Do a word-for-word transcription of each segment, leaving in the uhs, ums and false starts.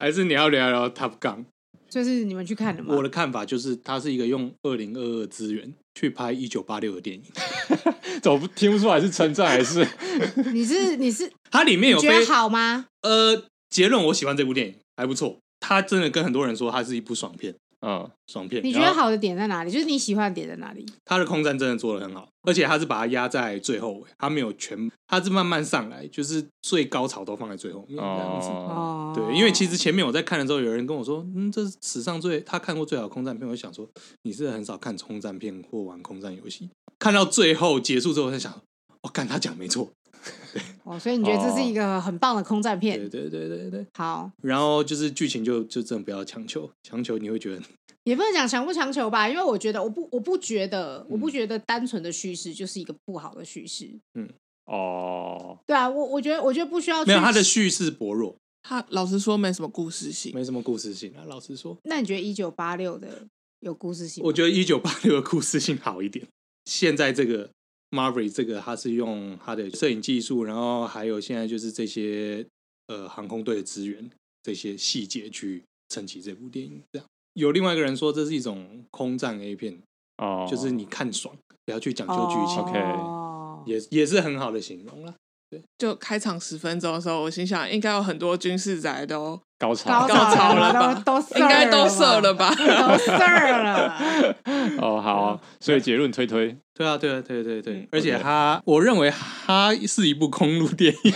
还是你要聊聊 Top Gun？ 就是你们去看的吗？ 我的看法就是，它是一个用二零二二资源去拍一九八六的电影。 怎么听不出来是称赞还是？ 你是你是它里面有你觉得好吗？ 呃，结论我喜欢这部电影，还不错。它真的跟很多人说，它是一部爽片。 嗯， 爽片。 你觉得好的点在哪里？就是你喜欢的点在哪里？ 他的空战真的做得很好，而且他是把它压在最后尾，他没有全，他是慢慢上来，就是最高潮都放在最后面这样子。 哦， 对，因为其实前面我在看的时候，有人跟我说，嗯，这是史上最他看过最好的空战片。我就想说，你是很少看空战片或玩空战游戏，看到最后结束之后，我在想，哦，干他讲没错。 哦，所以你觉得这是一个很棒的空战片？ 对对对对对。 好， 然后就是剧情就就真的不要强求，强求你会觉得也不能讲强不强求吧，因为我觉得我不我不觉得、嗯、我不觉得单纯的叙事就是一个不好的叙事。 嗯，哦， 对啊，我我觉得我觉得不需要去没有他的叙事薄弱， 他老实说没什么故事性， 没什么故事性啊。老实说， 那你觉得一九八六的有故事性吗？ 我觉得一九八六的故事性好一点。现在这个 Marvel 这个他是用他的摄影技术，然后还有现在就是这些呃航空队的资源，这些细节去撑起这部电影。这样有另外一个人说这是一种空战 A 片，哦，就是你看爽，不要去讲究剧情， 哦， 也也是很好的形容啦。对， 就开场十分钟的时候，我心想应该有很多军事仔都高潮高潮了吧， 都都应该都射了吧， 都射了。 哦，好啊，所以结论推推， 对啊，对啊，对对对， 嗯、 而且他，我认为他是一部公路电影，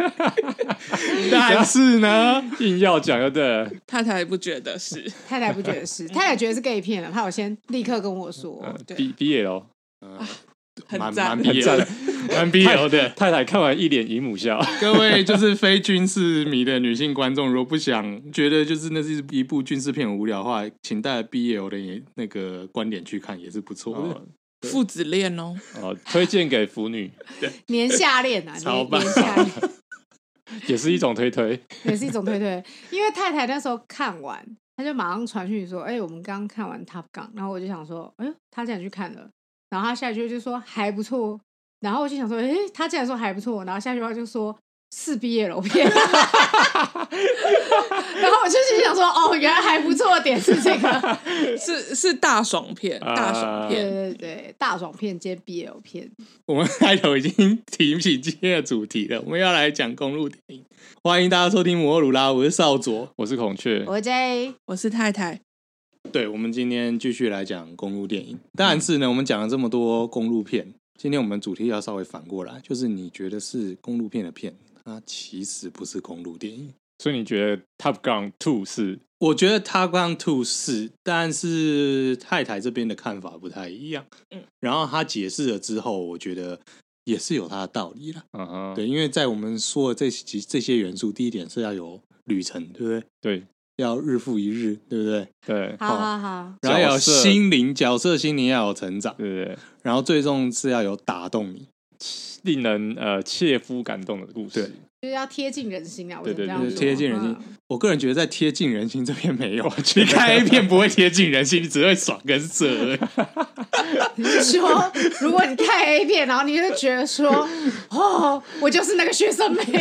但是呢， 硬要讲就对了。 太太不觉得是， 太太不觉得是，太太觉得是 gay 片了，他有先立刻跟我说， 嗯、B B L， 嗯。 很赞， 很赞， 蛮 B L 的。 太太看完一脸姨母笑。 各位就是非军事迷的女性观众，如果不想觉得就是那是一部军事片无聊的话，请带 B L 的那个观点去看也是不错的。哦、 父子恋哦， 哦，推荐给腐女。 年下恋啊， 超棒， 年下恋也是一种推推， 也是一种推推。因为太太那时候看完，她就马上传讯说：“哎、欸，我们刚看完 Top Gun。”然后我就想说：“哎呦，她竟然去看了。”然后他下一句就说还不错，然后我就想说，哎，他竟然说还不错，然后下一句话就说是 B L 片，然后我就心想说，哦，原来还不错的点是这个， 是是大爽片，大爽片， 对对对，大爽片兼 B L 片。 我们开头已经提不起今天的主题了，我们要来讲公路电影。欢迎大家收听摩尔鲁拉，我是少佐， 我是孔雀， 我是 J， 我是太太。 对，我们今天继续来讲公路电影。但是呢，我们讲了这么多公路片，今天我们主题要稍微反过来，就是你觉得是公路片的片，它其实不是公路电影。 所以你觉得 Top Gun 二是？ 我觉得 Top Gun 二是，但是太太这边的看法不太一样。嗯，然后他解释了之后，我觉得也是有他的道理啦。嗯哼，对，因为在我们说的这这些元素，第一点是要有旅程，对不对？ 对。 要日复一日，对不对？ 对， 好好好。 然后要有心灵角色，心灵要有成长， 对不对？ 然后最重是要有打动你， 令人呃切肤感动的故事， 就是要贴近人心啊！ 对对对， 贴近人心。嗯、我个人觉得在贴近人心这边没有，你看 A 片不会贴近人心，你只会爽跟色而已。 你是说，如果你看 A 片，然后你就觉得说，哦，我就是那个学生妹。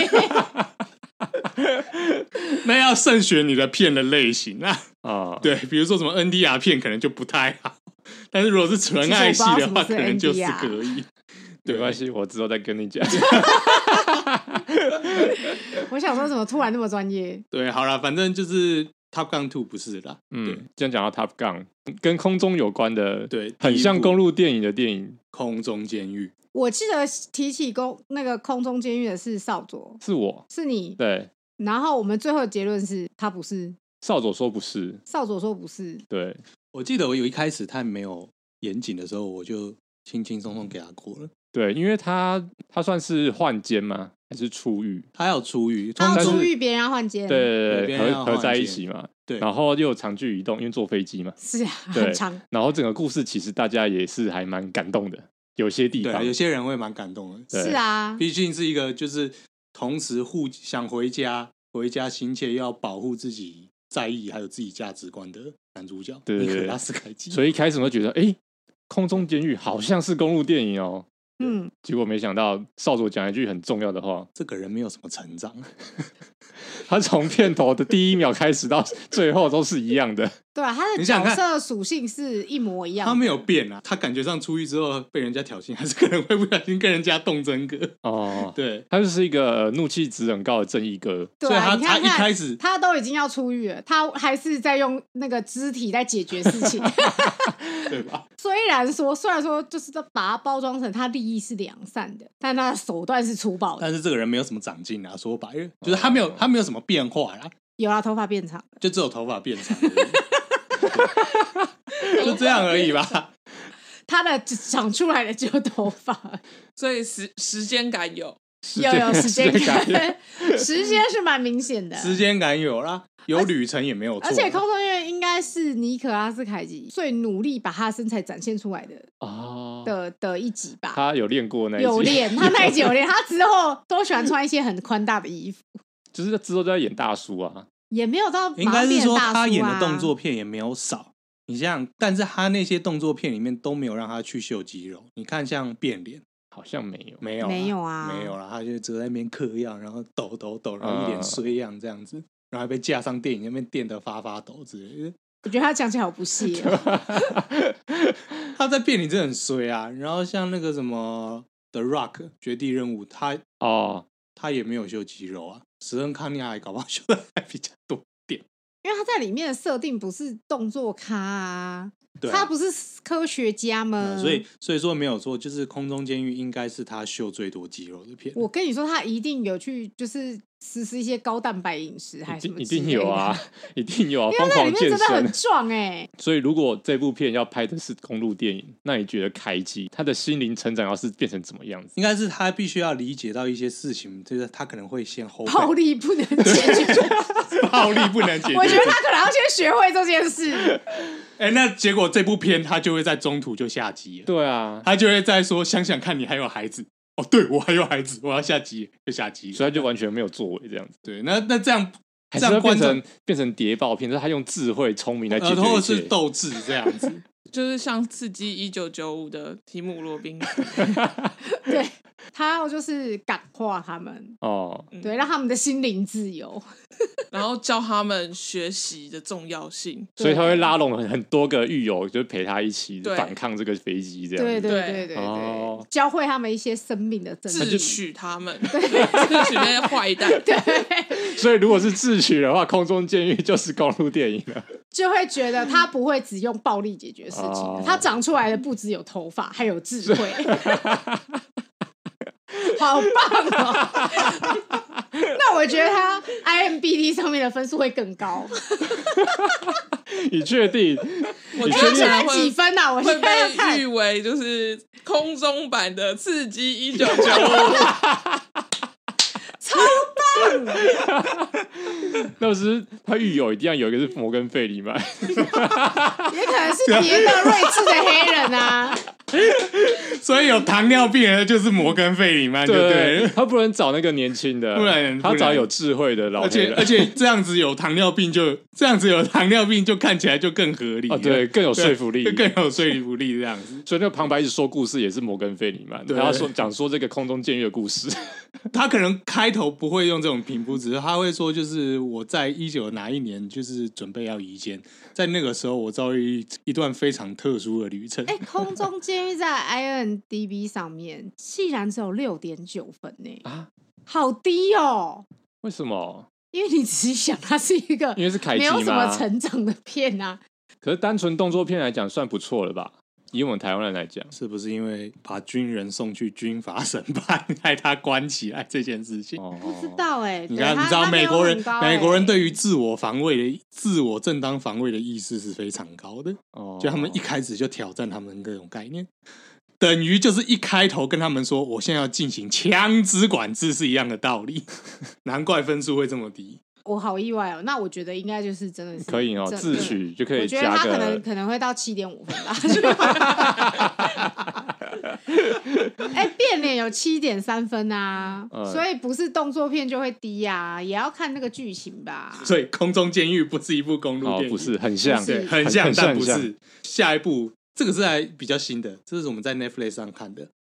那要慎选你的片的类型啊，哦、对，比如说什么 N D R 片可能就不太好，但是如果是纯爱系的话，可能就是可以。 没关系，我之后再跟你讲。 我想说，怎么突然那么专业？ 对，好啦，反正就是 Top Gun 二不是啦。 嗯，既然讲到 Top Gun， 跟空中有关的， 对， 很像公路电影的电影，《 空中监狱》。 我记得提起公那个空中监狱的是少佐， 是我， 是你， 对。 然后我们最后的结论是他不是， 少佐说不是， 少佐说不是。 对， 我记得我有一开始他没有严谨的时候，我就轻轻松松给他过了。 对，因为他他算是换监吗？还是出狱？ 他要出狱， 他要出狱，别人要换监， 对对对，合合在一起嘛。对，然后又有长距移动，因为坐飞机嘛， 是啊，很长。 然后整个故事其实大家也是还蛮感动的，有些地方， 有些人会蛮感动的。 是啊， 毕竟是一个就是同时互想回家。回家心切，又要保护自己在意还有自己价值观的男主角， 对对对， 尼可拉斯凯奇。 所以一开始我就觉得，哎、欸，空中监狱好像是公路电影哦。 嗯， 结果没想到少佐讲一句很重要的话， 这个人没有什么成长， 他从片头的第一秒开始到最后都是一样的。 对啊，他的角色属性是一模一样的， 他没有变啊。他感觉上出狱之后被人家挑衅，还是可能会不小心跟人家动真格。 哦， 对， 他就是一个、呃、怒气值很高的正义哥。 对啊， 所以他你看他一开始他都已经要出狱了，他还是在用那个肢体在解决事情， 对吧？ 虽然说虽然说就是把他包装成他利益是良善的，但他的手段是粗暴的。 但是这个人没有什么长进啊，说白了就是他没有他没有什么变化啦。 有啊，头发变长了， 就只有头发变长而已，就这样而已吧。 他的长出来的只有头发， 所以时时间感有， 有有时间感， 时间是蛮明显的， 时间感有啦，有旅程也没有错。 而且空中乐应该是尼可拉斯凯奇最努力把他的身材展现出来的哦的的一集吧。 他有练过那一集， 有练，他那一集有练，他之后都喜欢穿一些很宽大的衣服。 就是之后就在演大叔啊， 也没有到、啊、 应该是说他演的动作片也没有少。你像，但是他那些动作片里面都没有让他去秀肌肉。你看，像变脸， 好像没有， 没有， 没有啊， 没有啦。他就只在那边嗑药，然后抖抖抖，然后一脸衰样这样子，然后还被架上电影那边电得发发抖之类的。 我觉得他讲起来好不屑、哦。 他在变脸真的很衰啊。然后像那个什么 The Rock 绝地任务，他哦。 他也没有秀肌肉啊，史恩康尼亚搞不好秀的还比较多点， 因为他在里面的设定不是动作咖啊， 对啊他不是科学家吗？ 嗯、所以所以说没有错，就是空中监狱应该是他秀最多肌肉的片。 我跟你说，他一定有去就是实施一些高蛋白饮食，还是什么一定有啊，一定有啊， 因为在里面真的很壮哎、 欸。所以如果这部片要拍的是公路电影，那你觉得凯基他的心灵成长要是变成怎么样子？ 应该是他必须要理解到一些事情，就是他可能会先后暴力不能解决， 暴力不能解决。 我觉得他可能要先学会这件事。 哎、欸，那结果这部片他就会在中途就下机了。 对啊， 他就会在说想想看你还有孩子。哦，对我还有孩子，我要下机就下机， 所以他就完全没有作为这样子。 对，那那这样还是会变成变成谍报片，就是他用智慧聪明来解决一切， 或者是斗智这样子， 就是像《刺激一九九五》的提姆罗宾， 对，他要就是感化他们哦，对，让他们的心灵自由， 然后教他们学习的重要性， 所以他会拉拢很多个狱友，就是陪他一起反抗这个飞机，这样对对对对对，哦、教会他们一些生命的真理， 智取他们，智取那些坏蛋。 对， 所以如果是智取的话，空中监狱就是公路电影了， 就会觉得他不会只用暴力解决事情，哦、他长出来的不只有头发，还有智慧。好棒哦！那我觉得他 I M D B 上面的分数会更高。 你确定？ 我觉得现在几分啊？我会被誉为就是空中版的《刺激一九九五》， 超棒！ 那时他狱友一定要有一个是摩根费里曼， 也可能是别的睿智的黑人啊。 所以有糖尿病的就是摩根费里曼，对不对？ 他不能找那个年轻的， 不然他找有智慧的老黑人， 而且而且这样子有糖尿病就这样子有糖尿病就看起来就更合理， 哦，对，更有说服力， 更有说服力这样子。 所以那个旁白一直说故事也是摩根费里曼，然后说讲说这个空中监狱的故事。 他可能开头不会用这种平铺直叙，他会说就是我在一九哪一年就是准备要移监，在那个时候我遭遇一段非常特殊的旅程。 哎、欸，空中监狱在 I M D B 上面竟然只有六点九分呢，啊，好低哦！ 为什么？ 因为你只想它是一个因为是凯基嘛， 没有什么成长的片啊。 可是单纯动作片来讲，算不错了吧？以我们台湾人来讲， 是不是因为把军人送去军法审判，害他关起来这件事情？ 哦、不知道哎、欸， 你看，你知道美国人，欸、美国人对于自我防卫的、自我正当防卫的意识是非常高的。哦，就他们一开始就挑战他们各种概念，等于就是一开头跟他们说，我现在要进行枪支管制是一样的道理。难怪分数会这么低。 我好意外哦，那我觉得应该就是真的是可以哦，自取就可以加个。 我觉得他可能可能会到七点五分吧。哎、欸，变脸有七点三分啊、嗯，所以不是动作片就会低啊，也要看那个剧情吧。 所以《空中监狱》不是一部公路电影， 哦、不是很像， 对，很像，但不是。下一部这个是还比较新的，这是我们在 Netflix 上看的，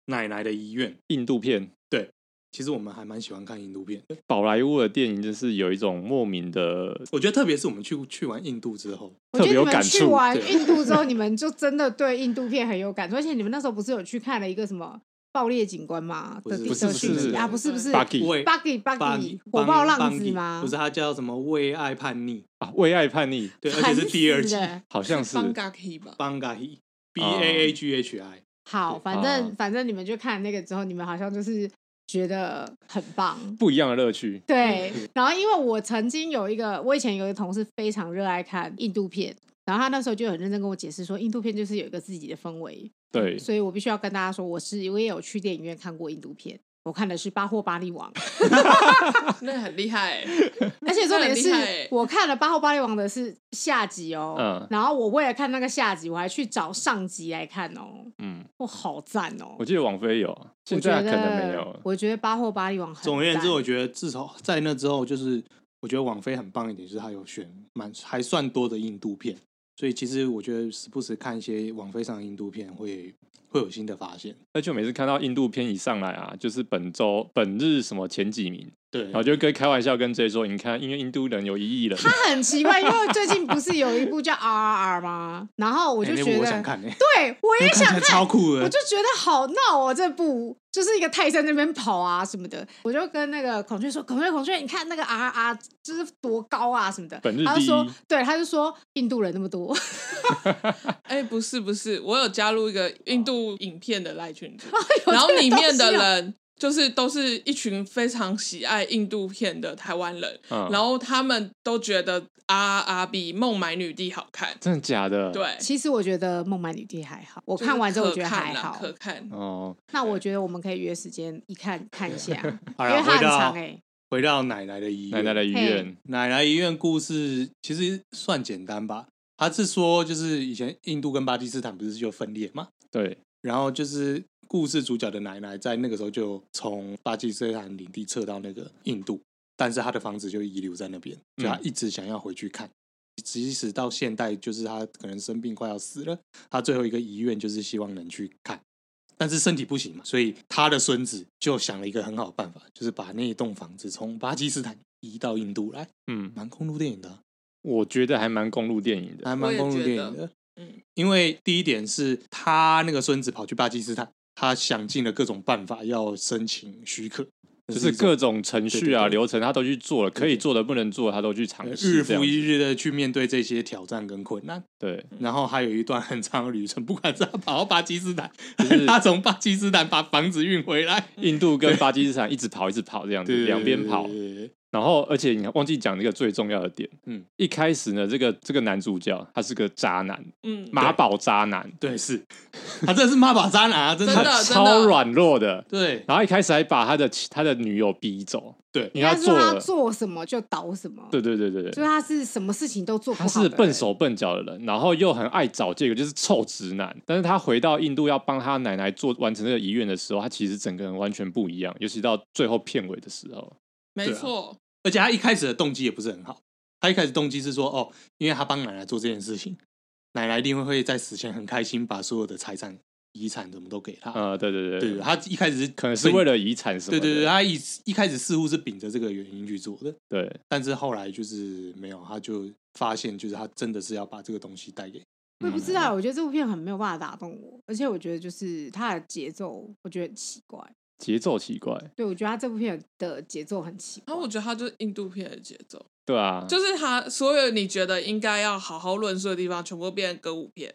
奶奶的遗愿， 印度片。 对，其实我们还蛮喜欢看印度片的。 宝莱坞的电影就是有一种莫名的， 我觉得特别是我们去去完印度之后， 我觉得你们去完对印度之后，你们就真的对印度片很有感触，而且你们那时候不是有去看了一个什么爆裂警官吗？的不是的不是续集啊，不是不是 Buggy Buggy Buggy 火爆浪子吗？ 不是，他叫什么为爱叛逆啊，为爱叛逆， 对，而且是第二季， 好像是 Bangaki 吧 Bangaki B A A G H I。 好，反正、 啊、 反正你们就看那个之后，你们好像就是觉得很棒， 不一样的乐趣。 对，然后因为我曾经有一个，我以前有一个同事非常热爱看印度片，然后他那时候就很认真跟我解释说，印度片就是有一个自己的氛围。 对， 所以我必须要跟大家说，我是我也有去电影院看过印度片，我看的是《巴霍巴利王》， 那很厉害、欸， 而且重点是、 欸、 我看了《巴霍巴利王》的是下集哦， 嗯， 然后我为了看那个下集，我还去找上集来看哦， 嗯， 哇，好赞哦！ 我记得网飞有，现在可能没有。 我觉得《巴霍巴利王》很赞。 总而言之，我觉得至少在那之后，就是我觉得网飞很棒一点，就是它有选蛮还算多的印度片。所以其实我觉得时不时看一些网飞上的印度片会会有新的发现， 而且我每次看到印度片一上来啊，就是本周本日什么前几名， 对， 然后就跟开玩笑跟 J 说，你看，因为印度人有一亿人， 他很奇怪，因为最近不是有一部叫 R R R 吗？然后我就觉得， 欸、我想看、欸， 对我也想看， 超酷的， 我就觉得好闹哦，这部就是一个泰山那边跑啊什么的，我就跟那个孔雀说，孔雀孔雀，你看那个 R R R 就是多高啊什么的， 本日第一， 他就说，对，他就说印度人那么多， 哎、欸，不是不是，我有加入一个印度影片的赖群组，然后里面的人就是都是一群非常喜爱印度片的台湾人， 嗯、 然后他们都觉得 R R R 比《孟买女帝》好看， 真的假的？ 对， 其实我觉得《孟买女帝》还好，我看完之后我觉得还好， 可看。可看哦， 那我觉得我们可以约时间一看看一下， 因为它很长哎、欸。 回到奶奶的遗愿， 奶奶的遗愿， 奶奶遗愿故事其实算简单吧。他是说，就是以前印度跟巴基斯坦不是就分裂嘛？ 对。 然后就是故事主角的奶奶在那个时候就从巴基斯坦领地撤到那个印度，但是她的房子就遗留在那边，所以她一直想要回去看。嗯、即使到现代，就是她可能生病快要死了，她最后一个遗愿就是希望能去看。但是身体不行嘛，所以他的孙子就想了一个很好的办法，就是把那一栋房子从巴基斯坦移到印度来。嗯，蛮公路电影的、啊， 我觉得还蛮公路电影的， 还蛮公路电影的。嗯，因为第一点是他那个孙子跑去巴基斯坦，他想尽了各种办法要申请许可， 就是各种程序啊、 对对对流程他都去做了，可以做的不能做他都去尝试， 日复一日的去面对这些挑战跟困难。 对， 然后还有一段很长的旅程，不管是他跑到巴基斯坦，就是他从巴基斯坦把房子运回来， 印度跟巴基斯坦一直跑一直跑这样子，两边跑。然后，而且你忘记讲一个最重要的点，嗯，一开始呢，这个这个男主角他是个渣男，嗯，妈宝渣男， 对，是，他真的是妈宝渣男啊，真的， 真的超软弱的， 对。 然后一开始还把他的他的女友逼走， 对， 因为他做他做什么就倒什么， 对对对对对， 就是他是什么事情都做不好， 他是笨手笨脚的人，然后又很爱找借口，就是臭直男。但是他回到印度要帮他奶奶做完成这个遗愿的时候，他其实整个人完全不一样，尤其到最后片尾的时候， 没错。 而且他一开始的动机也不是很好，他一开始动机是说，哦，因为他帮奶奶做这件事情，奶奶一定会在死前很开心，把所有的财产、遗产什么都给他。 呃，对对对对，他一开始是可能是为了遗产什么的， 对对对，他一一开始似乎是秉着这个原因去做的， 对， 但是后来就是没有，他就发现，就是他真的是要把这个东西带给。 我也不知道，我觉得这部片很没有办法打动我，而且我觉得就是它的节奏，我觉得很奇怪。 节奏奇怪， 对，我觉得他这部片的节奏很奇怪。 然后我觉得他就是印度片的节奏， 对啊， 就是他所有你觉得应该要好好论述的地方，全部变成歌舞片，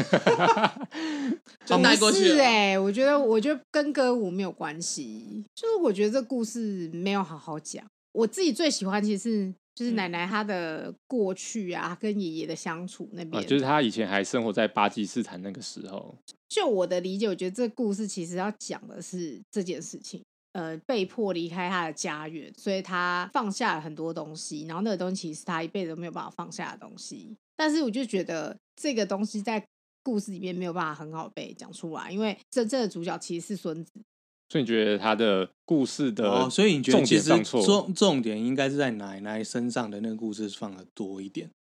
就带过去了。 是哎、欸，我觉得我觉得跟歌舞没有关系，就是我觉得这故事没有好好讲。我自己最喜欢其实是就是奶奶她的过去啊，跟爷爷的相处那边、 啊，就是她以前还生活在巴基斯坦那个时候。 就我的理解，我觉得这故事其实要讲的是这件事情，呃，被迫离开他的家园，所以他放下了很多东西，然后那个东西其实是他一辈子都没有办法放下的东西。但是我就觉得这个东西在故事里面没有办法很好被讲出来，因为真正的主角其实是孙子。 所以你觉得他的故事的哦，所以你觉得其实重点放错， 重重点应该是在奶奶身上的那个故事放的多一点，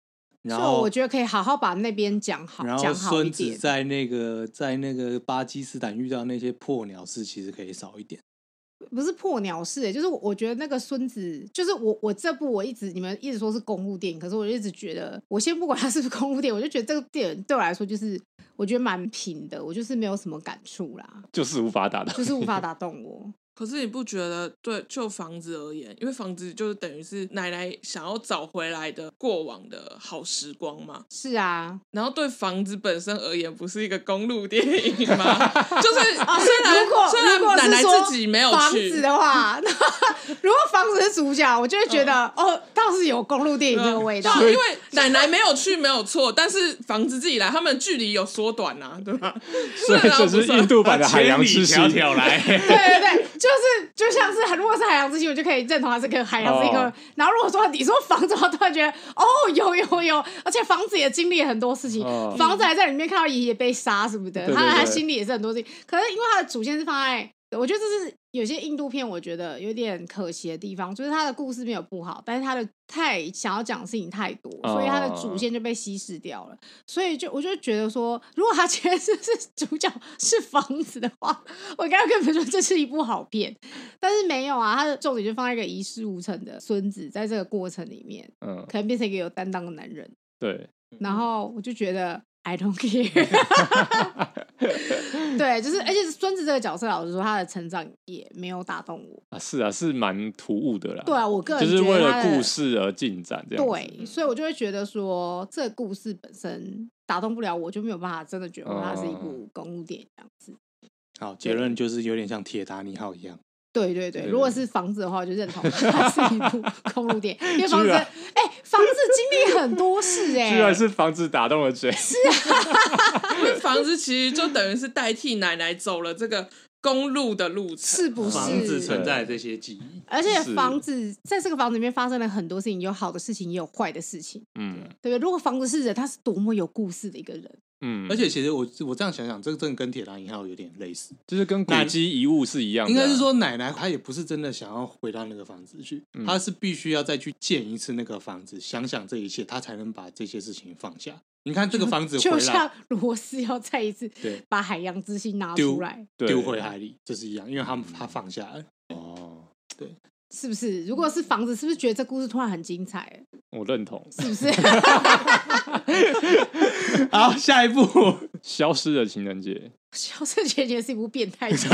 然后我觉得可以好好把那边讲好， 然后讲好一点。 孙子在那个在那个巴基斯坦遇到那些破鸟事，其实可以少一点。 不是破鸟事、欸，就是我觉得那个孙子，就是我我这部我一直你们一直说是公路电影，可是我一直觉得，我先不管它是不是公路电影，我就觉得这个电影对我来说就是我觉得蛮平的，我就是没有什么感触啦， 就是无法打动， 就是无法打动我。 可是你不觉得对就房子而言，因为房子就是等于是奶奶想要找回来的过往的好时光嘛？ 是啊， 然后对房子本身而言，不是一个公路电影吗？就是虽然、 如果虽然如果奶奶是说自己没有房去子的话，如果房子是主角，我就会觉得、嗯、哦，倒是有公路电影这个味道。 因为奶奶没有去没有错，但是房子自己来，他们距离有缩短啊，对吧？ 所以这是印度版的海洋之心。 条来， 对对对，就是就像是如果是海洋之心，我就可以认同它是个海洋之心。哦、然后如果说你说房子，我突然觉得哦，有有有，而且房子也经历了很多事情，哦、房子还在里面看到爷爷被杀什么的，他他心里也是很多事情。可是因为他的主线是放在，我觉得这是有些印度片我觉得有点可惜的地方，就是他的故事没有不好，但是他的太想要讲的事情太多，所以他的主线就被稀释掉了。所以就我就觉得说，如果他今天是是主角是房子的话，我刚刚跟你们说这是一部好片，但是没有啊，他的重点就放在一个一事无成的孙子，在这个过程里面，嗯，可能变成一个有担当的男人。 对， 然后我就觉得 I don't care 对，就是而且孙子这个角色，老实说他的成长也没有打动我啊。是啊，是蛮突兀的啦。 对啊，我个人就是为了故事而进展这样子。 对，所以我就会觉得说这个故事本身打动不了我，就没有办法真的觉得它是一部公路电影这样子。 好，结论就是有点像铁达尼号一样。 对对对，如果是房子的话，我就认同它是一部公路电影，因为房子，哎、欸，房子经历很多事、欸，哎， 居然是房子打动了谁？ 是啊， 因为房子其实就等于是代替奶奶走了这个公路的路程， 是不是？ 房子存在的这些记忆， 而且房子在这个房子里面发生了很多事情，有好的事情，也有坏的事情，嗯，对不对？如果房子是人，他是多么有故事的一个人。 嗯，而且其实我我这样想想，这个真的跟铁达尼号有点类似， 就是跟古迹遗物是一样的、啊。 应该是说，奶奶她也不是真的想要回到那个房子去，嗯、她是必须要再去见一次那个房子，想想这一切，她才能把这些事情放下。你看这个房子回来， 就像罗斯要再一次把海洋之心拿出来丢回海里，这是一样，因为他他放下了。 哦， 对。 是不是？如果是房子，是不是觉得这故事突然很精彩？ 我认同， 是不是？ 好，下一部《 消失的情人节》。 消失的情人节是一部变态剧。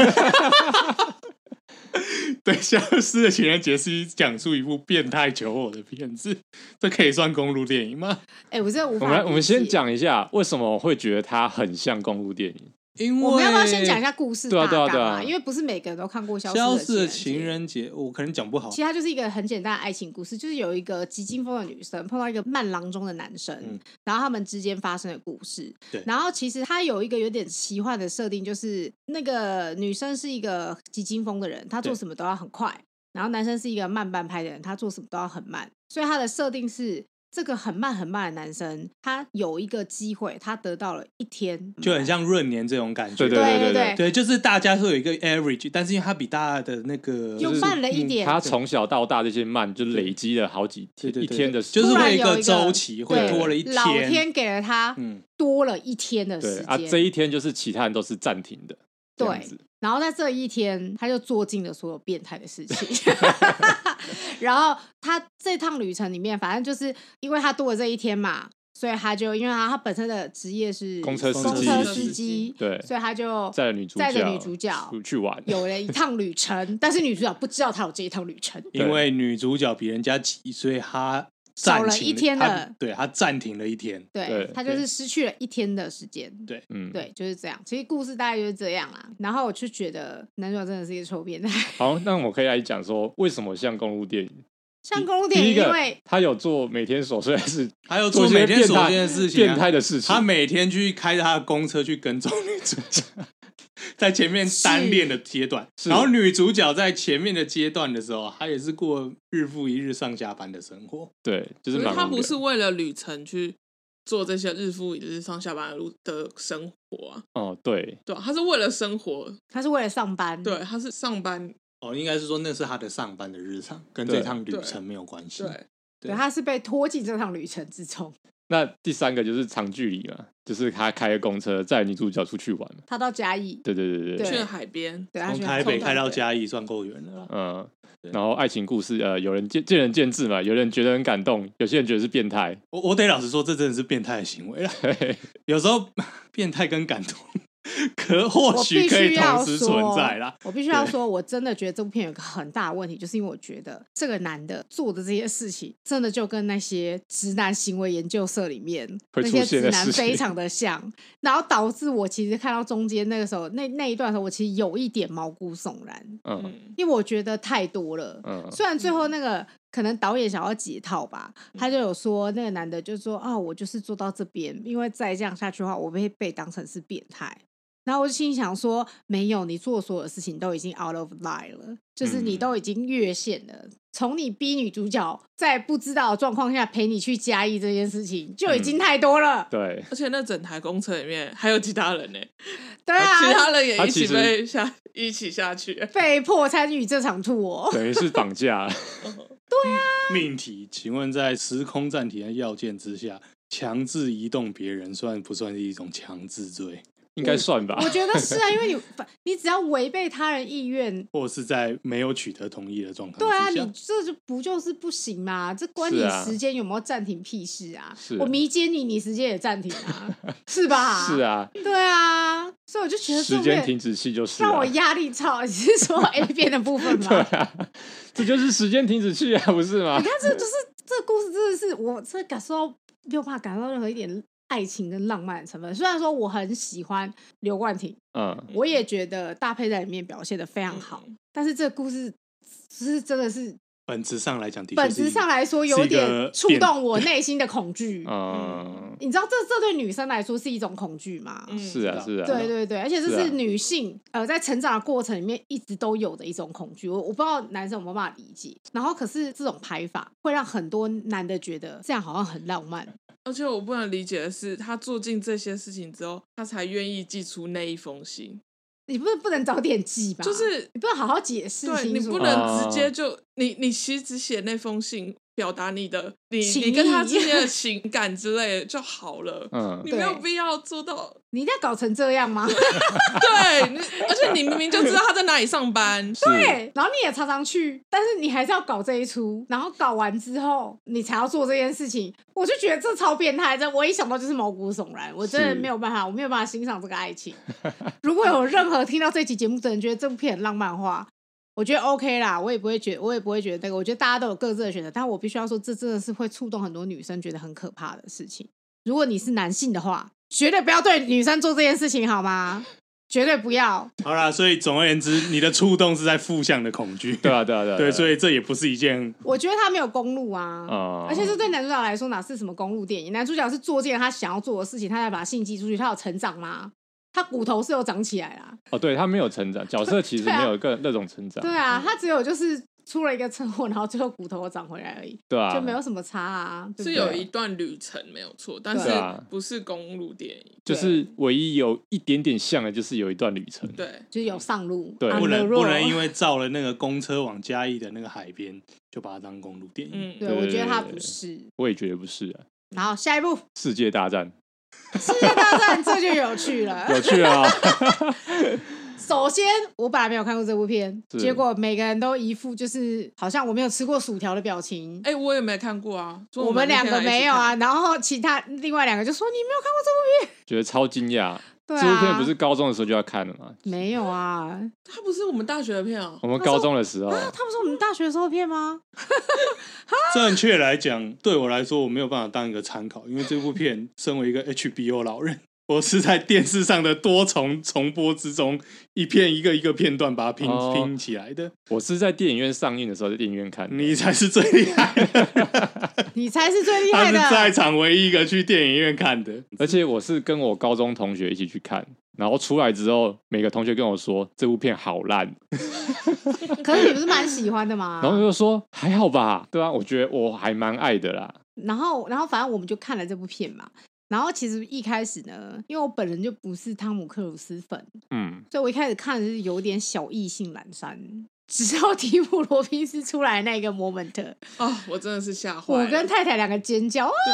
对，《消失的情人节》是讲述一部变态求偶的片子，这可以算公路电影吗？ 哎、欸，我真的无法。 我们我们先讲一下为什么我会觉得它很像公路电影。 因为我们要不要先讲一下故事大纲啊？ 对啊对啊对啊， 因为不是每个人都看过消消失的情人节，我可能讲不好。 其实它就是一个很简单的爱情故事，就是有一个急惊风的女生碰到一个慢郎中的男生，嗯、然后他们之间发生的故事。 对， 然后其实它有一个有点奇幻的设定，就是那个女生是一个急惊风的人，她做什么都要很快，然后男生是一个慢半拍的人，他做什么都要很慢，所以他的设定是。这个很慢很慢的男生，他有一个机会，他得到了一天， 就很像闰年这种感觉。 对对对对对, 对，就是大家会有一个 average， 但是因为他比大家的那个又慢了一点， 他从小到大这些慢就累积了好几天， 对对对对一天的时间，就是会一个周期会多了一天， 老天给了他多了一天的时间、 嗯、啊，这一天就是其他人都是暂停的， 对。然后在这一天，他就做尽了所有变态的事情。然后他这趟旅程里面，反正就是因为他多了这一天嘛，所以他就因为他他本身的职业是公车司机， 公车司机， 对， 所以他就载着女主角载着女主角去玩， 有了一趟旅程。但是女主角不知道他有这一趟旅程， 因为女主角比人家急，所以他。 少了一天的， 对他暂停了一天， 对他就是失去了一天的时间， 对， 嗯， 对，就是这样。其实故事大概就是这样啦。然后我就觉得男主角真的是一个臭变态。 好，那我可以来讲说为什么像公路电影？ 像公路电影，因为他有做每天琐碎的事， 还有做每天琐碎的事情、 变态的事情。 他每天去开他的公车去跟踪女主角。在前面单恋的阶段，然后女主角在前面的阶段的时候，她也是过日复一日上下班的生活。 对，就是蛮。 她不是为了旅程去做这些日复一日上下班的路的生活啊。 哦，对， 对，她是为了生活， 她是为了上班。 对，她是上班。 哦，应该是说那是她的上班的日常，跟这趟旅程没有关系。 对，对，她是被拖进这趟旅程之中。 那第三个就是长距离嘛，就是他开着公车载女主角出去玩， 他到嘉义， 对对对对， 去了海边， 从台北开到嘉义算够远了啦。 嗯，然后爱情故事，呃，有人见见仁见智嘛，有人觉得很感动，有些人觉得是变态。 我我得老实说，这真的是变态的行为啦。有时候变态跟感动。可或许可以同时存在啦。 我必须要说，我真的觉得这部片有个很大的问题，就是因为我觉得这个男的做的这些事情，真的就跟那些直男行为研究社里面那些直男非常的像，然后导致我其实看到中间那个时候那那一段的时候，我其实有一点毛骨悚然，嗯，因为我觉得太多了。嗯，虽然最后那个。可能导演想要解套吧，他就有说那个男的就说啊，我就是做到这边，因为再这样下去的话，我会被当成是变态。然后我就心想说，没有，你做所有的事情都已经 out of line 了，就是你都已经越线了。从你逼女主角在不知道的状况下陪你去嘉义这件事情，就已经太多了。 嗯、对， 而且那整台公车里面还有其他人呢。 对啊， 其他人也一起被下一起下去， 被迫参与这场 tour， 等于是绑架。 对啊， 命题，请问在时空暂停的要件之下，强制移动别人算不算是一种强制罪？ 应该算吧。 我, 我觉得是啊，因为你你只要违背他人意愿， 或是在没有取得同意的状况之下， 对啊，你这就不就是不行吗？这关你时间有没有暂停屁事啊？ 是啊， 我迷奸你，你时间也暂停啊，是吧？ 是啊， 对啊，所以我就觉得时间停止器就是、 啊、让我压力超。你是说 A 片的部分吗？ 对啊，这就是时间停止器啊，不是吗？ 你看，这就是这个故事，真的是我真的感受到没有办法感受到任何一点爱情跟浪漫的成分。虽然说我很喜欢刘冠廷，嗯，我也觉得大佩在里面表现得非常好，嗯、但是这个故事是真的是本质上来讲， 本质上来说有点触动我内心的恐惧。嗯，你知道这这对女生来说是一种恐惧吗？ 嗯、是啊，是啊， 对对对，而且这是女性、啊、呃在成长的过程里面一直都有的一种恐惧。我我不知道男生有没有办法理解。然后可是这种拍法会让很多男的觉得这样好像很浪漫。 而且我不能理解的是，他做尽这些事情之后，他才愿意寄出那一封信。 你不是不能早点寄吧？ 就是你不能好好解释清楚。 对，你不能直接就、哦、你你其实只写那封信，表达你的你你跟他之间的情感之类的就好了。嗯，你没有必要做到。 你一定要搞成这样吗？ 对，而且你明明就知道他在哪里上班， 对，然后你也常常去，但是你还是要搞这一出，然后搞完之后你才要做这件事情，我就觉得这超变态。这我一想到就是毛骨悚然，我真的没有办法，我没有办法欣赏这个爱情。如果有任何听到这期节目的人觉得这部片很浪漫的话，我觉得 OK 啦，我也不会觉得，我也不会觉得那个。我觉得大家都有各自的选择，但我必须要说，这真的是会触动很多女生觉得很可怕的事情。如果你是男性的话，绝对不要对女生做这件事情，好吗？绝对不要。 好啦，所以总而言之，你的触动是在负向的恐惧。 对啊，对啊，对啊。 对，所以这也不是一件。 我觉得他没有公路啊，嗯、而且这对男主角来说哪是什么公路电影？男主角是做尽了他想要做的事情，他才把信寄出去。他有成长吗？他骨头是有长起来啦。 哦，对，他没有成长，角色其实没有个那种成长。 对啊，他只有就是出了一个车祸，然后最后骨头长回来而已。对啊，就没有什么差啊。对对是有一段旅程没有错，但是不是公路电影。 就是唯一有一点点像的，就是有一段旅程。 对， 就是有上路。 对， 不能不能因为照了那个公车往嘉义的那个海边，就把它当公路电影。 嗯，对，对我觉得它不是。 我也觉得不是啊。 然后下一部， 世界大战。 世界大战这就有趣了， 有趣啊！ 首先，我本来没有看过这部片，结果每个人都一副就是好像我没有吃过薯条的表情。 哎、欸，我也没看过啊， 我们, 我们两个没有啊。然后其他另外两个就说你没有看过这部片， 觉得超惊讶。 对啊， 这部片不是高中的时候就要看了吗？ 没有啊， 它不是我们大学的片啊。 我们高中的时候， 啊，它不是我们大学的时候的片吗？ 正确来讲，对我来说我没有办法当一个参考，因为这部片身为一个 H B O 老人，我是在电视上的多重重播之中，一片一个一个片段把它拼、哦、拼起来的。 我是在电影院上映的时候在电影院看的。 你才是最厉害的， 你才是最厉害的。 他是在场唯一一个去电影院看的， 而且我是跟我高中同学一起去看。然后出来之后，每个同学跟我说这部片好烂。 可是你不是蛮喜欢的吗？ 然后就说还好吧，对啊，我觉得我还蛮爱的啦。 然后，然后反正我们就看了这部片嘛。然后其实一开始呢，因为我本人就不是汤姆克鲁斯粉，嗯，所以我一开始看的是有点小意兴阑珊。直到提姆罗宾斯出来那个 moment， 哦，我真的是吓坏了。 我跟太太两个尖叫，啊！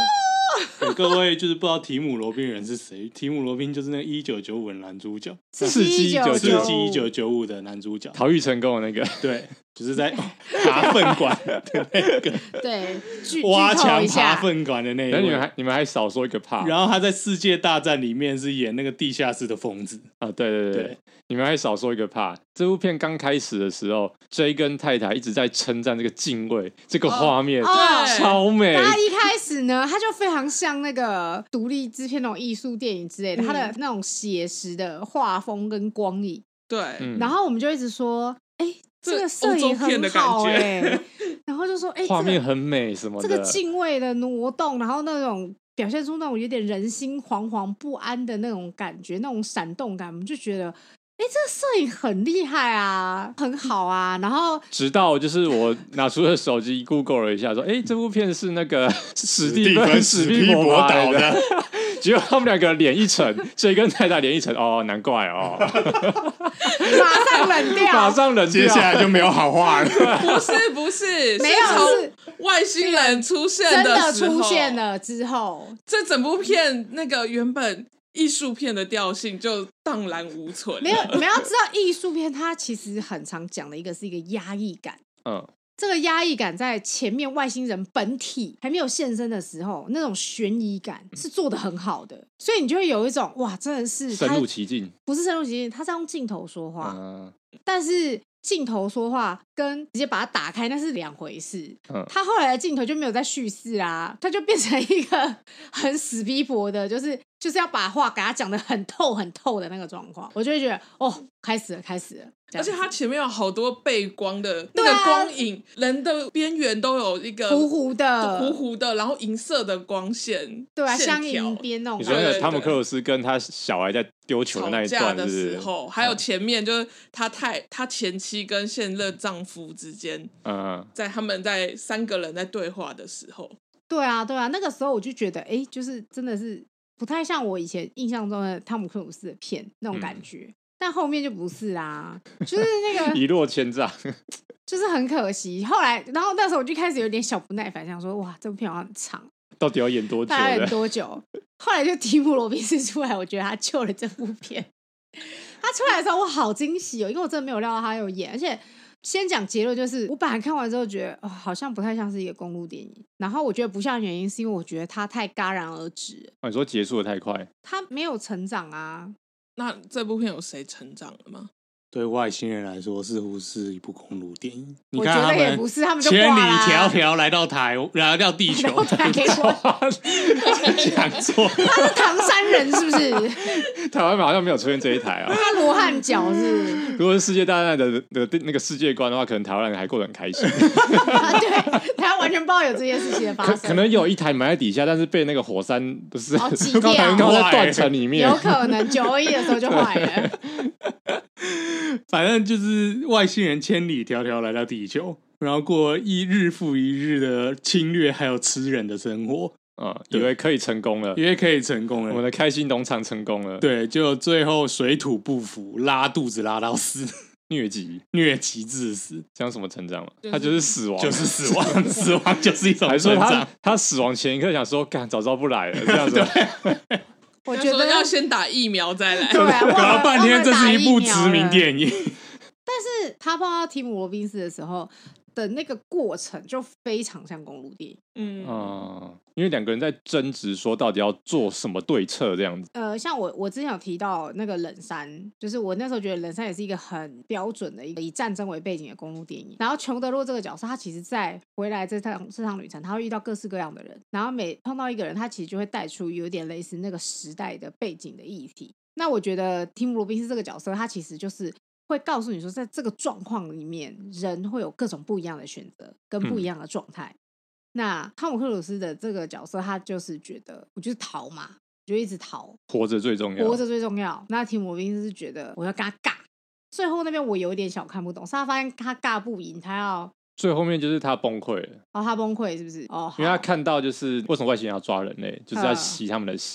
给各位就是不知道提姆罗宾人是谁，提姆罗宾就是那个一九九五的男主角， 刺激一九九五的男主角， 逃狱成功的那个， 对，就是在爬粪管的那个， 对， 挖墙爬粪管的那一位。 你们还你们还少说一个怕， 然后他在世界大战里面是演那个地下室的疯子啊，对对 对, 对，你们还少说一个怕。这部片刚开始的时候 ，J 跟太太一直在称赞这个敬畏，这个画面、 哦哦、超美。 他一开始呢，他就非常像那个独立制片那种艺术电影之类的，他、嗯、的那种写实的画风跟光影。 对、 嗯，然后我们就一直说，哎、欸，这个摄影很好哎、欸，然后就说，哎、欸， 画面很美什么的， 这个敬畏的挪动，然后那种表现出那种有点人心惶惶不安的那种感觉，那种闪动感，我们就觉得。哎，这个摄影很厉害啊，很好啊。然后直到就是我拿出了手机 Google 了一下，说：“哎，这部片是那个史蒂芬史匹柏导的。”结果他们两个脸一沉，这跟太太脸一沉，哦，难怪哦， 马上冷掉， 马上冷掉， 接下来就没有好话了。 不是不是， 没有是外星人出现的真的出现了之后， 这整部片那个原本。艺术片的调性就荡然无存。 没有，你们要知道，艺术片它其实很常讲的一个是一个压抑感。嗯，这个压抑感在前面外星人本体还没有现身的时候，那种悬疑感是做得很好的，所以你就会有一种哇，真的是深入其境。 不是深入其境，他是用镜头说话，嗯、但是。镜头说话跟直接把它打开那是两回事、嗯、他后来的镜头就没有在叙事啊，他就变成一个很死逼迫的，就是就是要把话给他讲得很透很透的那个状况，我就会觉得哦，开始了开始了。 而且它前面有好多背光的那个光影、啊、人的边缘都有一个糊糊的糊糊的，然后银色的光线， 对啊，像银边那种。 你说那个汤姆克鲁斯跟他小孩在丢球的那一段的时候，还有前面就是他太他前妻跟现任丈夫之间，嗯，在他们在三个人在对话的时候， 对啊对啊，那个时候我就觉得，哎，就是真的是不太像我以前印象中的汤姆克鲁斯的片那种感觉。嗯，但后面就不是啦，就是那个一落千丈， 就是很可惜。后来，然后那时候我就开始有点小不耐烦，想说哇，这部片好像很长， 到底要演多久？ 大概演多久？后来就提姆罗宾斯出来，我觉得他救了这部片。他出来的时候，我好惊喜哦，因为我真的没有料到他有演。而且先讲结论，就是我本来看完之后觉得，哦，好像不太像是一个公路电影。然后我觉得不像的原因，是因为我觉得他太戛然而止。 哦，你说结束的太快， 他没有成长啊。 那这部片有谁成长了吗？ 对外星人来说，似乎是一部公路电影。 你看他们，我觉得也不是，他们就千里迢迢来到台，来到地球， 台湾讲错， 他是唐山人是不是？ 台湾好像没有出现这一台啊。 他罗汉脚是。 如果是世界大战的的那个世界观的话，可能台湾人还过得很开心。 对，台湾完全不知道有这件事情的发生。 可, 可能有一台埋在底下，但是被那个火山不是哦挤掉， 刚好在断层里面， 有可能九二一的时候就坏了。 反正就是外星人千里迢迢来到地球，然后过一日复一日的侵略还有吃人的生活。 嗯，以为可以成功了， 以为可以成功了， 我们的开心农场成功了。 对，就最后水土不服，拉肚子拉到死， 疟疾， 疟疾致死。 这样什么成长了？他就是死亡， 就是死亡，死亡就是一种成长。还说他他死亡前一刻想说，干早知道不来了，这样子。 我觉得要先打疫苗再来。 对啊， 搞了半天，这是一部殖民电影。 但是他碰到提姆罗宾斯的时候的那个过程就非常像公路电影。 嗯啊，因为两个人在争执说到底要做什么对策这样子。 呃，像我我之前有提到那个冷杉，就是我那时候觉得冷杉也是一个很标准的一个以战争为背景的公路电影。然后裘德洛这个角色，他其实在回来这趟这趟旅程，他会遇到各式各样的人，然后每碰到一个人，他其实就会带出有点类似那个时代的背景的议题。那我觉得提姆罗宾斯这个角色，他其实就是会告诉你说，在这个状况里面，人会有各种不一样的选择跟不一样的状态。嗯，那汤姆克鲁斯的这个角色，他就是觉得我就是逃嘛，就一直逃， 活着最重要， 活着最重要。那提姆罗宾斯是觉得我要跟他尬，最后那边我有一点小看不懂，是他发现他尬不赢，他要最后面就是他崩溃了。 哦，他崩溃是不是？哦， 因为他看到就是为什么外星人要抓人类，就是在吸他们的血。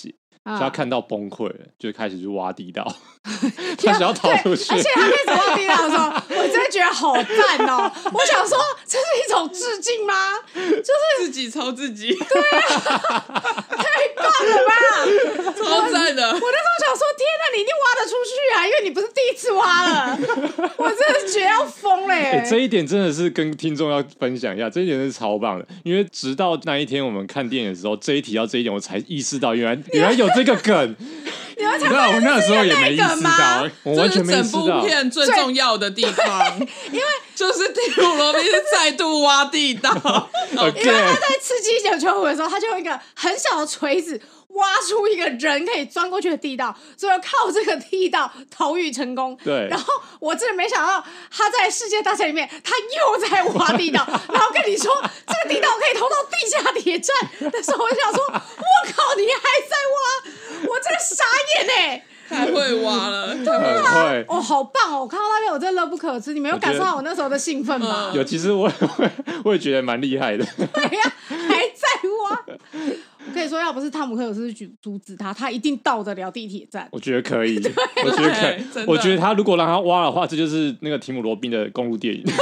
所以他看到崩溃了，就开始去挖地道，他想要逃出去。 而且他开始挖地道的时候，我真的觉得好赞哦！我想说，这是一种致敬吗？就是自己抄自己， 对啊，太棒了吧！ 超赞的。 我那时候想说，天哪，你一定挖得出去啊，因为你不是第一次挖了。我真的觉得要疯了耶、 欸！这一点真的是跟听众要分享一下，这一点是超棒的。因为直到那一天我们看电影的时候，这一提到这一点，我才意识到原来原来有这个梗。 你们才知道我那时候也没意识到， 我完全没意识到。 这是整部片最重要的地方，因为就是提姆罗宾是再度挖地道， 因为他在刺激九九五的时候，他就用一个很小的锤子挖出一个人可以钻过去的地道，所以靠这个地道逃狱成功。 对， 然后我真的没想到他在世界大赛里面他又在挖地道，然后跟你说这个地道可以投到地下铁站的时候，我就想说我靠，你还在挖，我真的傻眼哎、欸！ 太会挖了， 对啊， 哦，好棒哦！我看到那边我真的乐不可支，你没有感受到我那时候的兴奋吗？ 有，其实我我我也觉得蛮厉害的。 对呀、啊，还在挖。我可以说，要不是汤姆克鲁斯阻止他，他一定到得了地铁站。 我觉得可以，我觉得可以。我觉得他如果让他挖的话，这就是那个提姆罗宾的公路电影。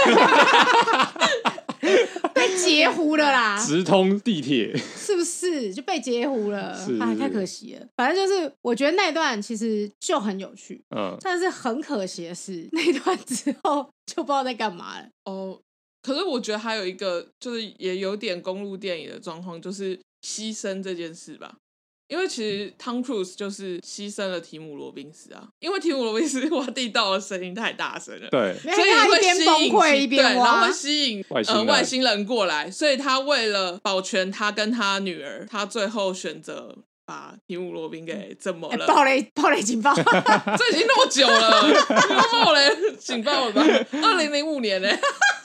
被截胡了啦， 直通地铁是不是就被截胡了？ 是哎，太可惜了。反正就是我觉得那一段其实就很有趣，嗯，但是很可惜的是那一段之后就不知道在干嘛了。 哦，可是我觉得还有一个就是也有点公路电影的状况，就是牺牲这件事吧。因为其实 Tom Cruise 就是牺牲了提姆罗宾斯啊，因为提姆罗宾斯挖地道的声音太大声了， 对， 所以会吸引崩溃一边挖， 对，然后会吸引外星人、 呃、外星人过来，所以他为了保全他跟他女儿，他最后选择把提姆罗宾给怎么了？ 欸、爆雷爆雷警报！ 这已经那么久了，爆雷警报了吧？二零零五年呢、欸？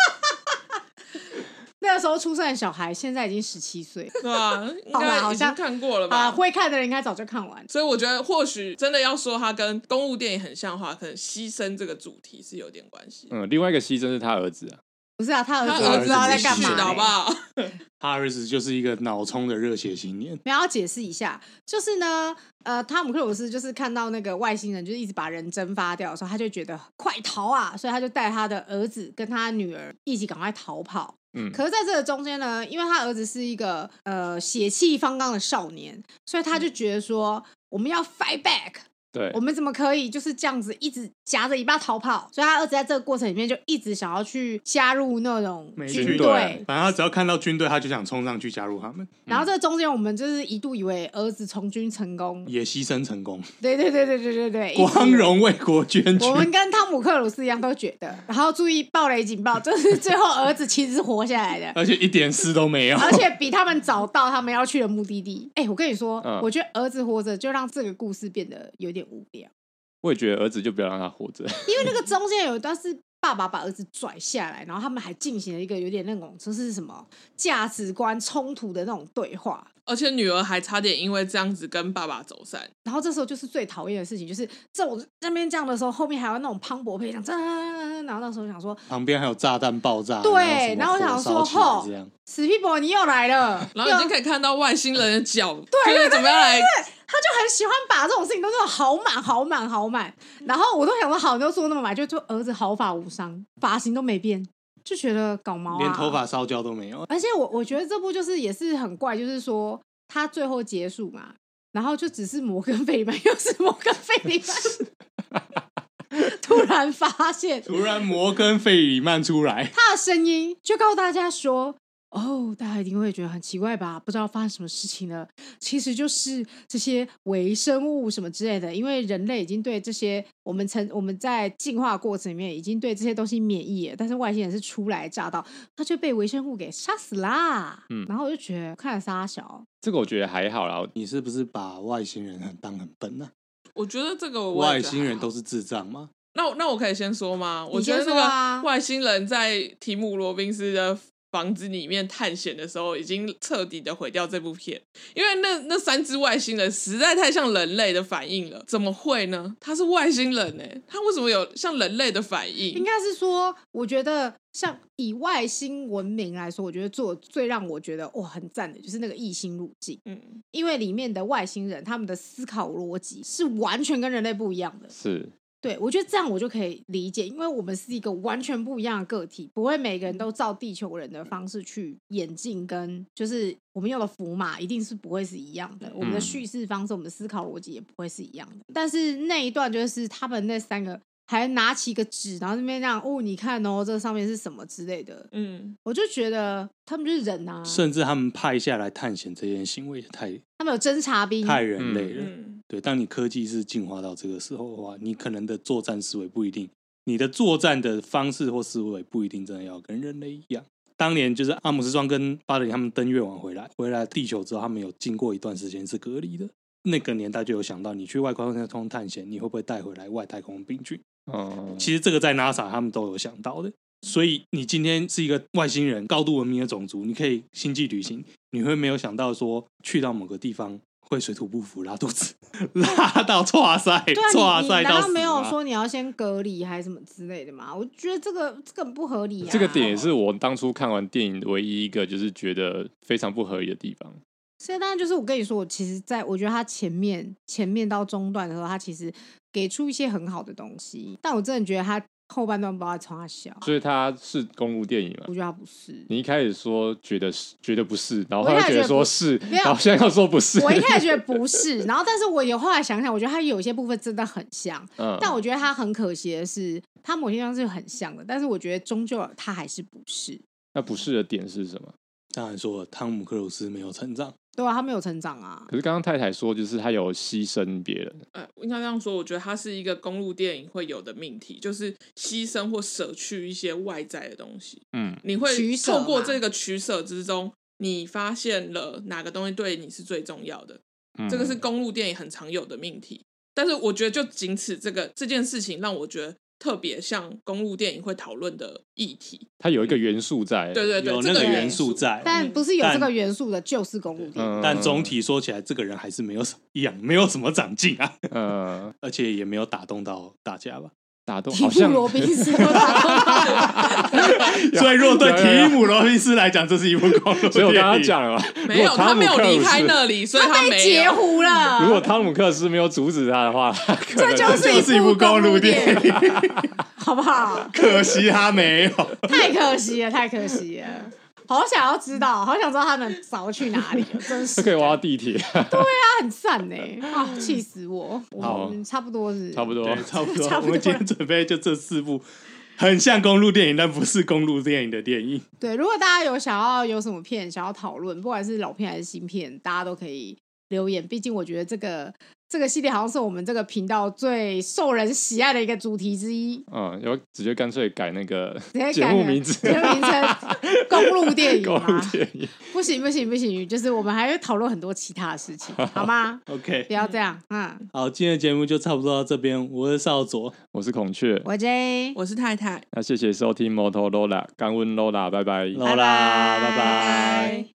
那个时候出生的小孩现在已经十七岁， 对啊，应该已经看过了吧？ 啊，会看的人应该早就看完。 所以我觉得，或许真的要说他跟公路电影很像的话，可能牺牲这个主题是有点关系。 嗯，另外一个牺牲是他儿子啊， 不是啊，他儿子他儿子在干嘛、 欸？好不好？ 他儿子就是一个脑冲的热血青年。 没有要解释一下，就是呢，呃，汤姆克鲁斯就是看到那个外星人就是一直把人蒸发掉的时候，他就觉得快逃啊，所以他就带他的儿子跟他女儿一起赶快逃跑。嗯，可是在这个中间呢，因为他儿子是一个呃血气方刚的少年，所以他就觉得说、嗯、我们要 fight back。 对， 我们怎么可以就是这样子一直夹着尾巴逃跑？所以他儿子在这个过程里面就一直想要去加入那种军队， 反正他只要看到军队，他就想冲上去加入他们。 然后这中间我们就是一度以为儿子从军成功， 也牺牲成功。 对对对对对对对， 光荣为国捐躯。 我们跟汤姆克鲁斯一样都觉得。然后注意暴雷警报，就是最后儿子其实是活下来的， 而且一点事都没有， 而且比他们早到他们要去的目的地。哎、欸，我跟你说、嗯，我觉得儿子活着就让这个故事变得有点无聊。 我也觉得儿子就不要让他活着， 因为那个中间有一段是爸爸把儿子拽下来，然后他们还进行了一个有点那种就是什么价值观冲突的那种对话， 而且女儿还差点因为这样子跟爸爸走散。 然后这时候就是最讨厌的事情，就是这种那边这样的时候，后面还有那种磅礴配唱，然后那时候想说旁边还有炸弹爆炸， 对，然后我想说吼，史皮博你又来了， 然后已经可以看到外星人的脚， 对， 就是怎么样来。 他就很喜欢把这种事情都做得好满好满好满，然后我都想说好，你都做那么满，就就儿子毫发无伤，发型都没变，就觉得搞毛啊， 连头发烧焦都没有。 而且我我觉得这部就是也是很怪，就是说他最后结束嘛，然后就只是摩根费里曼，又是摩根费里曼，突然发现， 突然摩根费里曼出来， 他的声音就告诉大家说。哦，大家一定会觉得很奇怪吧？不知道发生什么事情了。其实就是这些微生物什么之类的，因为人类已经对这些我们曾我们在进化过程里面已经对这些东西免疫了，但是外星人是初来乍到，他就被微生物给杀死啦。嗯，然后我就觉得看了傻小， 这个我觉得还好啦。 你是不是把外星人很当很笨呢、 啊？我觉得这个我外星人都是智障吗？ 那那我可以先说吗？我觉得那个外星人在提姆罗宾斯的房子里面探险的时候，已经彻底的毁掉这部片，因为那那三只外星人实在太像人类的反应了。怎么会呢？他是外星人哎，他为什么有像人类的反应？ 应该是说，我觉得像以外星文明来说，我觉得做最让我觉得哇很赞的，就是那个异星入境。嗯，因为里面的外星人他们的思考逻辑是完全跟人类不一样的。 是。 对，我觉得这样我就可以理解，因为我们是一个完全不一样的个体，不会每个人都照地球人的方式去演进，跟就是我们用的符码一定是不会是一样的，我们的叙事方式、我们的思考逻辑也不会是一样的。但是那一段就是他们那三个还拿起一个纸，然后那边这样哦，你看哦，这上面是什么之类的，嗯，我就觉得他们就是人啊， 甚至他们派下来探险这件行为也太， 他们有侦察兵， 太人类了。 嗯对，当你科技是进化到这个时候的话，你可能的作战思维不一定，你的作战的方式或思维不一定真的要跟人类一样。当年就是阿姆斯壮跟巴德林他们登月完回来，回来地球之后，他们有经过一段时间是隔离的。那个年代就有想到，你去外太空探险，你会不会带回来外太空病菌？嗯，其实这个在 NASA 他们都有想到的。所以你今天是一个外星人高度文明的种族，你可以星际旅行，你会没有想到说去到某个地方会水土不服拉肚子，拉到剉赛， 对啊， 剉你赛到死吗？ 难道没有说你要先隔离还是什么之类的吗？我觉得这个这个很不合理啊。 这个点也是我当初看完电影唯一一个就是觉得非常不合理的地方。 所以当然就是我跟你说，我其实在我觉得他前面前面到中段的时候，他其实给出一些很好的东西，但我真的觉得他后半段不知道在冲他笑。 所以他是公路电影嘛？ 我觉得他不是。 你一开始说觉得是，觉得不是，然后后来觉得说是，然后现在又说不是。 我一开始觉得不是，然后但是我有后来想想，我觉得他有些部分真的很像，嗯、但我觉得他很可惜的是，他某些地方是很像的，但是我觉得终究他还是不是。 那不是的点是什么？ 当然说汤姆克鲁斯没有成长。 对啊，他没有成长啊。 可是刚刚太太说，就是他有牺牲别人。 呃，应该这样说，我觉得它是一个公路电影会有的命题，就是牺牲或舍去一些外在的东西。嗯，你会透过这个取舍之中，你发现了哪个东西对你是最重要的。嗯、这个是公路电影很常有的命题。但是我觉得就仅此这个这件事情，让我觉得特别像公路电影会讨论的议题， 它有一个元素在， 对对对， 有那个元素在， 但不是有这个元素的就是公路电影。 嗯、但总体说起来，这个人还是没有一样，没有什么长进啊，嗯，而且也没有打动到大家吧。 打动好像提姆罗宾斯有打动到， 所以如果对提姆罗宾斯来讲，这是一部公路电影。 所以我刚刚讲了嘛， 没有，他没有离开那里，所以他没有截胡了。 如果汤姆克斯没有阻止他的话， 这就是一部公路电影， 好不好？ 可惜他没有， 太可惜了，太可惜了。好想要知道，好想知道他们早去哪里了，真是。 可以挖到地铁。 对啊，很赞呢，啊，气死我！ 好， 差不多是， 差不多， 差不多。我们今天准备就这四部，很像公路电影，但不是公路电影的电影。 对，如果大家有想要有什么片想要讨论，不管是老片还是新片，大家都可以留言。毕竟我觉得这个。这个系列好像是我们这个频道最受人喜爱的一个主题之一。 嗯，有直接干脆改那个节目名字， 节目名称公路电影公路电影。 不行不行不行，就是我们还会讨论很多其他的事情，好吗 ？OK， 不要这样。嗯， 好，今天的节目就差不多到这边。我是少佐， 我是孔雀， 我 J， 我是太太。 那谢谢收听摩托罗拉，感恩罗拉，拜拜， 罗拉，拜拜。